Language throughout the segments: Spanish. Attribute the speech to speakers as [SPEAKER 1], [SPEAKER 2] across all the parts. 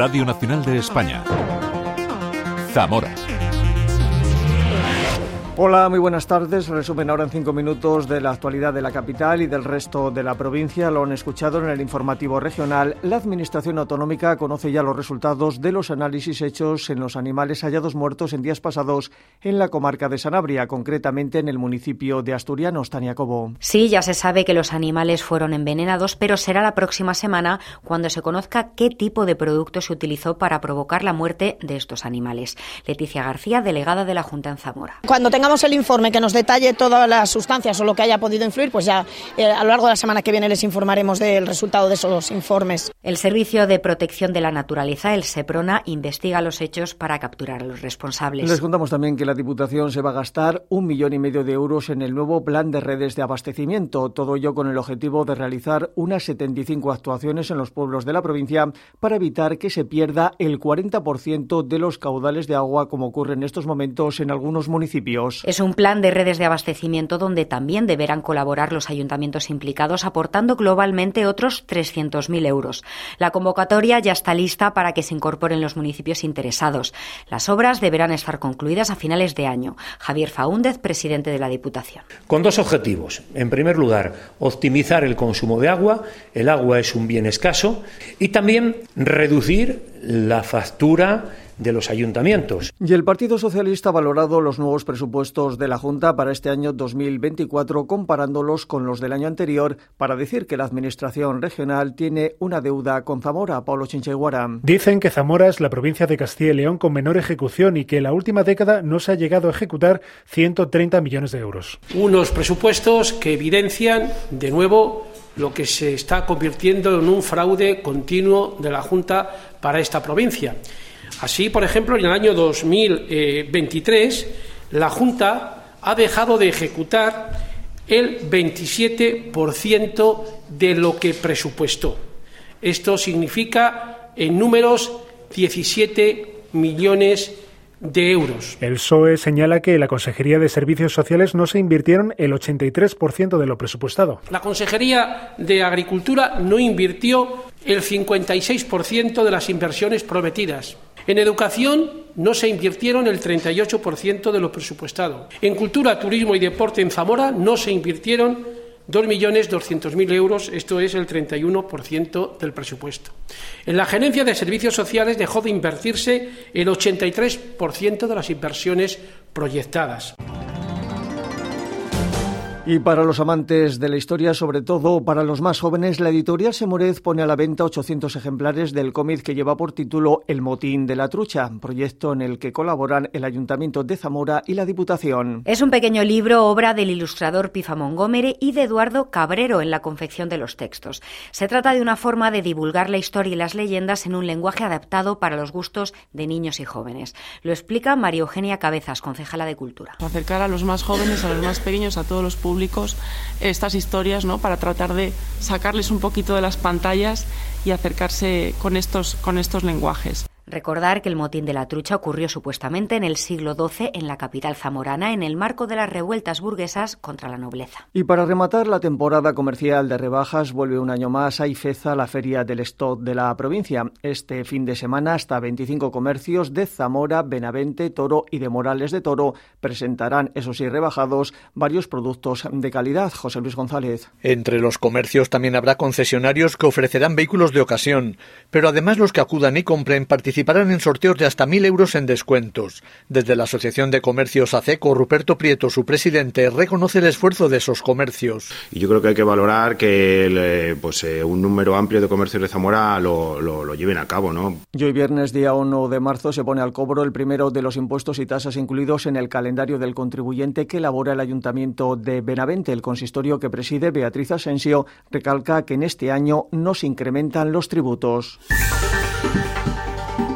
[SPEAKER 1] Radio Nacional de España. Zamora.
[SPEAKER 2] Hola, muy buenas tardes. Resumen ahora en 5 minutos de la actualidad de la capital y del resto de la provincia. Lo han escuchado en el informativo regional. La Administración Autonómica conoce ya los resultados de los análisis hechos en los animales hallados muertos en días pasados en la comarca de Sanabria, concretamente en el municipio de Asturianos. Tania Cobo.
[SPEAKER 3] Sí, ya se sabe que los animales fueron envenenados, pero será la próxima semana cuando se conozca qué tipo de producto se utilizó para provocar la muerte de estos animales. Leticia García, delegada de la Junta en Zamora.
[SPEAKER 4] Cuando tengamos el informe que nos detalle todas las sustancias o lo que haya podido influir, pues ya a lo largo de la semana que viene les informaremos del resultado de esos informes.
[SPEAKER 3] El Servicio de Protección de la Naturaleza, el SEPRONA, investiga los hechos para capturar a los responsables.
[SPEAKER 2] Les contamos también que la Diputación se va a gastar 1,5 millones de euros en el nuevo plan de redes de abastecimiento, todo ello con el objetivo de realizar unas 75 actuaciones en los pueblos de la provincia para evitar que se pierda el 40% de los caudales de agua, como ocurre en estos momentos en algunos municipios.
[SPEAKER 3] Es un plan de redes de abastecimiento donde también deberán colaborar los ayuntamientos implicados, aportando globalmente otros 300.000 euros. La convocatoria ya está lista para que se incorporen los municipios interesados. Las obras deberán estar concluidas a finales de año. Javier Faúndez, presidente de la Diputación.
[SPEAKER 5] Con 2 objetivos. En primer lugar, optimizar el consumo de agua. El agua es un bien escaso. Y también reducir la factura de los ayuntamientos.
[SPEAKER 2] Y el Partido Socialista ha valorado los nuevos presupuestos de la Junta para este año 2024, comparándolos con los del año anterior, para decir que la Administración regional tiene una deuda con Zamora. Pablo Chincheguara.
[SPEAKER 6] Dicen que Zamora es la provincia de Castilla y León con menor ejecución y que en la última década no se ha llegado a ejecutar 130 millones de euros.
[SPEAKER 7] Unos presupuestos que evidencian, de nuevo, lo que se está convirtiendo en un fraude continuo de la Junta para esta provincia. Así, por ejemplo, en el año 2023, la Junta ha dejado de ejecutar el 27% de lo que presupuestó. Esto significa, en números, 17 millones de euros.
[SPEAKER 6] El PSOE señala que la Consejería de Servicios Sociales no se invirtieron el 83% de lo presupuestado.
[SPEAKER 7] La Consejería de Agricultura no invirtió el 56% de las inversiones prometidas. En educación no se invirtieron el 38% de lo presupuestado. En cultura, turismo y deporte en Zamora no se invirtieron 2.200.000 euros, esto es el 31% del presupuesto. En la Gerencia de Servicios Sociales dejó de invertirse el 83% de las inversiones proyectadas.
[SPEAKER 2] Y para los amantes de la historia, sobre todo para los más jóvenes, la editorial Semorez pone a la venta 800 ejemplares del cómic que lleva por título El motín de la trucha, proyecto en el que colaboran el Ayuntamiento de Zamora y la Diputación.
[SPEAKER 3] Es un pequeño libro, obra del ilustrador Pifa Montgomery y de Eduardo Cabrero en la confección de los textos. Se trata de una forma de divulgar la historia y las leyendas en un lenguaje adaptado para los gustos de niños y jóvenes. Lo explica María Eugenia Cabezas, concejala de Cultura.
[SPEAKER 8] Acercar a los más jóvenes, a los más pequeños, a todos los públicos estas historias, ¿no?, para tratar de sacarles un poquito de las pantallas y acercarse con estos lenguajes.
[SPEAKER 3] Recordar que el motín de la trucha ocurrió supuestamente en el siglo XII en la capital zamorana en el marco de las revueltas burguesas contra la nobleza.
[SPEAKER 2] Y para rematar la temporada comercial de rebajas, vuelve un año más a Ifeza la Feria del Stock de la provincia. Este fin de semana hasta 25 comercios de Zamora, Benavente, Toro y de Morales de Toro presentarán, eso sí rebajados, varios productos de calidad. José Luis González.
[SPEAKER 9] Entre los comercios también habrá concesionarios que ofrecerán vehículos de ocasión, pero además los que acudan y compren participarán en sorteos de hasta 1.000 euros en descuentos. Desde la Asociación de Comercios ACECO, Ruperto Prieto, su presidente, reconoce el esfuerzo de esos comercios.
[SPEAKER 10] Y yo creo que hay que valorar que un número amplio de comercios de Zamora lo lleven a cabo, ¿no?
[SPEAKER 2] Y hoy viernes, día 1 de marzo, se pone al cobro el primero de los impuestos y tasas incluidos en el calendario del contribuyente que elabora el Ayuntamiento de Benavente. El consistorio que preside Beatriz Asensio recalca que en este año no se incrementan los tributos.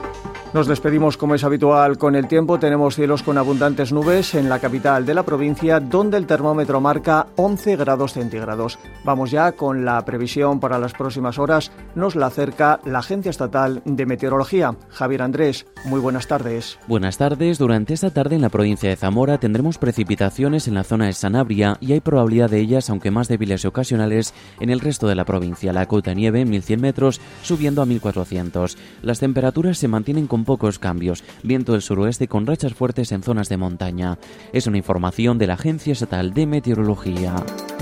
[SPEAKER 2] Nos despedimos como es habitual con el tiempo. Tenemos cielos con abundantes nubes en la capital de la provincia, donde el termómetro marca 11 grados centígrados. Vamos ya con la previsión para las próximas horas. Nos la acerca la Agencia Estatal de Meteorología. Javier Andrés, muy buenas tardes.
[SPEAKER 11] Buenas tardes. Durante esta tarde en la provincia de Zamora tendremos precipitaciones en la zona de Sanabria y hay probabilidad de ellas, aunque más débiles y ocasionales, en el resto de la provincia. La cota de nieve en 1100 metros subiendo a 1400. Las temperaturas se mantienen con pocos cambios, viento del suroeste con rachas fuertes en zonas de montaña. Es una información de la Agencia Estatal de Meteorología.